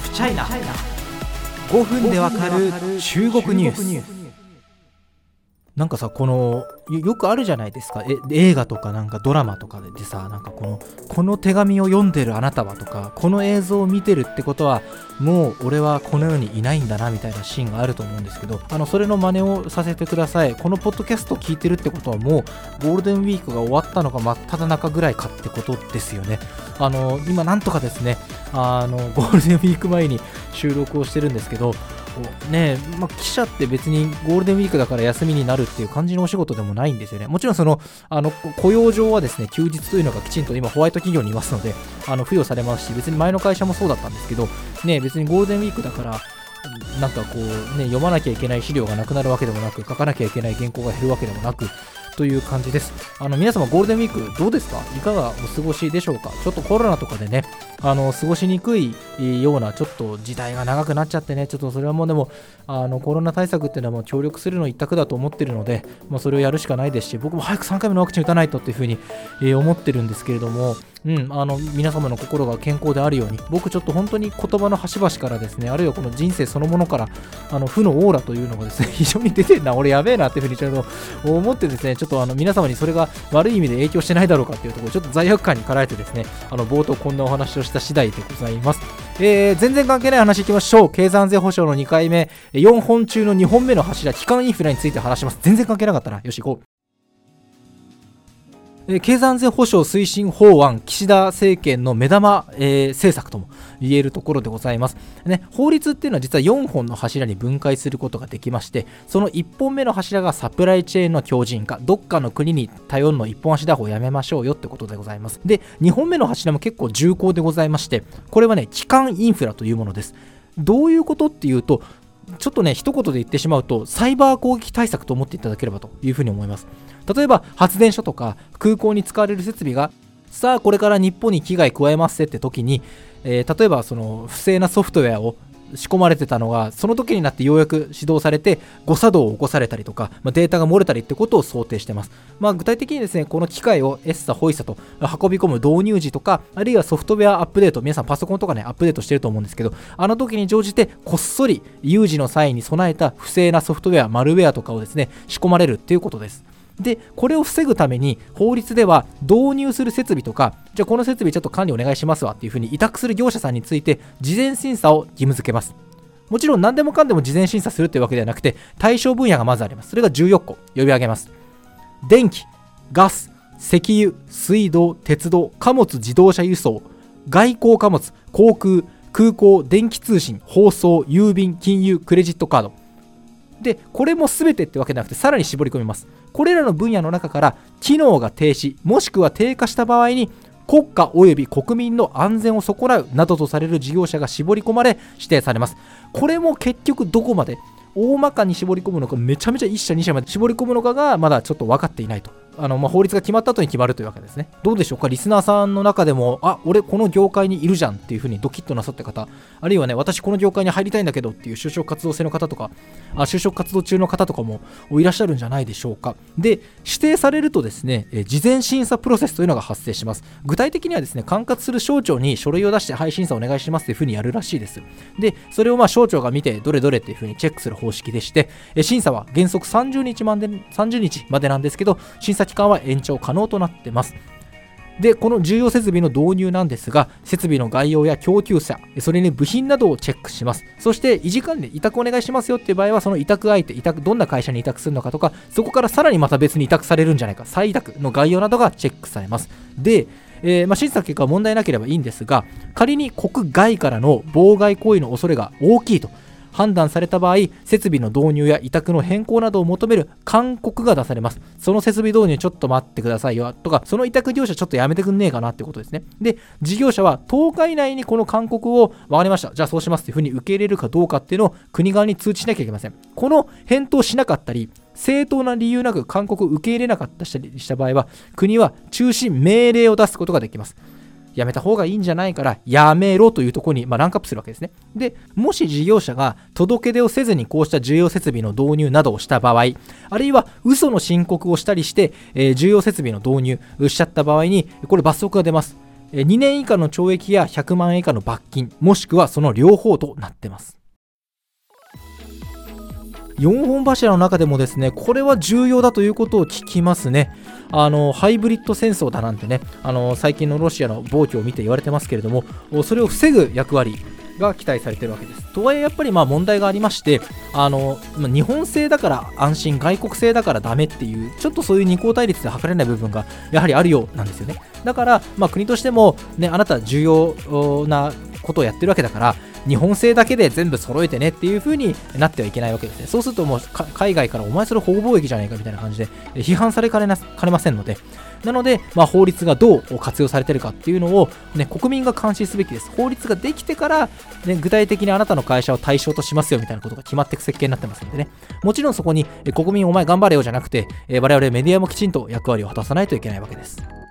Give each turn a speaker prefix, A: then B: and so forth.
A: フチャイナ5分でわかる中国ニュース。なんかさ、このよくあるじゃないですか、映画とかなんかドラマとかでさ、なんかこの手紙を読んでるあなたはとか、この映像を見てるってことはもう俺はこの世にいないんだなみたいなシーンがあると思うんですけど、それの真似をさせてください。このポッドキャストを聞いてるってことはもうゴールデンウィークが終わったのが真っ只中ぐらいかってことですよね。今なんとかですね、ゴールデンウィーク前に収録をしてるんですけどね、記者って別にゴールデンウィークだから休みになるっていう感じのお仕事でもないんですよね。もちろん雇用上はですね、休日というのがきちんと今ホワイト企業にいますので付与されますし、別に前の会社もそうだったんですけどね、別にゴールデンウィークだからなんか読まなきゃいけない資料がなくなるわけでもなく、書かなきゃいけない原稿が減るわけでもなくという感じです。皆様ゴールデンウィークどうですか？いかがお過ごしでしょうか？ちょっとコロナとかでね、過ごしにくいようなちょっと時代が長くなっちゃってね、ちょっとそれはもうでもコロナ対策っていうのはもう協力するの一択だと思ってるので、それをやるしかないですし、僕も早く3回目のワクチン打たないとっていうふうに、思ってるんですけれども、皆様の心が健康であるように、僕ちょっと本当に言葉の端々からですね、あるいはこの人生そのものから負のオーラというのがですね非常に出てるな、俺やべえなっていうふうにちょっと思ってですね、ちょっと皆様にそれが悪い意味で影響してないだろうかっていうところ、ちょっと罪悪感に駆られてですね、冒頭こんなお話をした次第でございます。全然関係ない話いきましょう。経済安全保障の2回目、4本中の2本目の柱、基幹インフラについて話します。全然関係なかったな。よし行こう。経済安全保障推進法案、岸田政権の目玉、政策とも言えるところでございます、ね。法律っていうのは実は4本の柱に分解することができまして、その1本目の柱がサプライチェーンの強靭化、どっかの国に頼るの一本足打法をやめましょうよってことでございます。で、2本目の柱も結構重厚でございまして、これはね、基幹インフラというものです。どういうことっていうと、ちょっとね、一言で言ってしまうと、サイバー攻撃対策と思っていただければというふうに思います。例えば発電所とか空港に使われる設備がさあこれから日本に危害加えますって時に、例えばその不正なソフトウェアを仕込まれてたのがその時になってようやく始動されて誤作動を起こされたりとか、データが漏れたりってことを想定してます。具体的にですね、この機械をエッサホイサと運び込む導入時とか、あるいはソフトウェアアップデート、皆さんパソコンとかねアップデートしてると思うんですけど、時に乗じてこっそり有事の際に備えた不正なソフトウェア、マルウェアとかをですね仕込まれるっていうことです。で、これを防ぐために法律では導入する設備とか、じゃあこの設備ちょっと管理お願いしますわっていうふうに委託する業者さんについて事前審査を義務付けます。もちろん何でもかんでも事前審査するというわけではなくて、対象分野がまずあります。それが14個呼び上げます。電気、ガス、石油、水道、鉄道、貨物自動車輸送、外交貨物、航空、空港、電気通信、放送、郵便、金融、クレジットカードで、これも全てってわけではなくてさらに絞り込みます。これらの分野の中から機能が停止もしくは低下した場合に国家及び国民の安全を損なうなどとされる事業者が絞り込まれ指定されます。これも結局どこまで大まかに絞り込むのか、めちゃめちゃ1社2社まで絞り込むのかがまだちょっと分かっていないと。法律が決まった後に決まるというわけですね。どうでしょうか、リスナーさんの中でも俺この業界にいるじゃんっていう風にドキッとなさった方、あるいはね、私この業界に入りたいんだけどっていう就職活動生の方とか、就職活動中の方とかもいらっしゃるんじゃないでしょうか。で、指定されるとですね、事前審査プロセスというのが発生します。具体的にはですね、管轄する省庁に書類を出して、はい、審査お願いしますという風にやるらしいです。で、それを省庁が見てどれどれっていう風にチェックする方式でして、審査は原則30日までなんですけど、審査期間は延長可能となっています。で、この重要設備の導入なんですが、設備の概要や供給者、それに部品などをチェックします。そして維持管理、委託お願いしますよっていう場合は、その委託相手、どんな会社に委託するのかとか、そこからさらにまた別に委託されるんじゃないか、再委託の概要などがチェックされます。で、審査結果は問題なければいいんですが、仮に国外からの妨害行為の恐れが大きいと判断された場合、設備の導入や委託の変更などを求める勧告が出されます。その設備導入ちょっと待ってくださいよとか、その委託業者ちょっとやめてくんねえかなってことですね。で、事業者は10日以内にこの勧告を分かりました、じゃあそうしますっていうふうに受け入れるかどうかっていうのを国側に通知しなきゃいけません。この返答しなかったり、正当な理由なく勧告を受け入れなかったりした場合は、国は中止命令を出すことができます。やめた方がいいんじゃないからやめろというところに、ランクアップするわけですね。で、もし事業者が届け出をせずにこうした重要設備の導入などをした場合、あるいは嘘の申告をしたりして、重要設備の導入しちゃった場合に、これ罰則が出ます。 2年以下の懲役や100万円以下の罰金、もしくはその両方となってます。4本柱の中でもですね、これは重要だということを聞きますね。ハイブリッド戦争だなんてね、最近のロシアの暴挙を見て言われてますけれども、それを防ぐ役割が期待されているわけです。とはいえやっぱり問題がありまして、日本製だから安心、外国製だからダメっていう、ちょっとそういう二項対立で測れない部分がやはりあるようなんですよね。だから、国としても、ね、あなた重要なことをやってるわけだから、日本製だけで全部揃えてねっていう風になってはいけないわけですね。そうするともう海外からお前それ保護貿易じゃないかみたいな感じで批判されかねませんので、なので、法律がどう活用されているかっていうのを、ね、国民が監視すべきです。法律ができてから、ね、具体的にあなたの会社を対象としますよみたいなことが決まっていく設計になってますのでね、もちろんそこに国民お前頑張れよじゃなくて、我々メディアもきちんと役割を果たさないといけないわけです。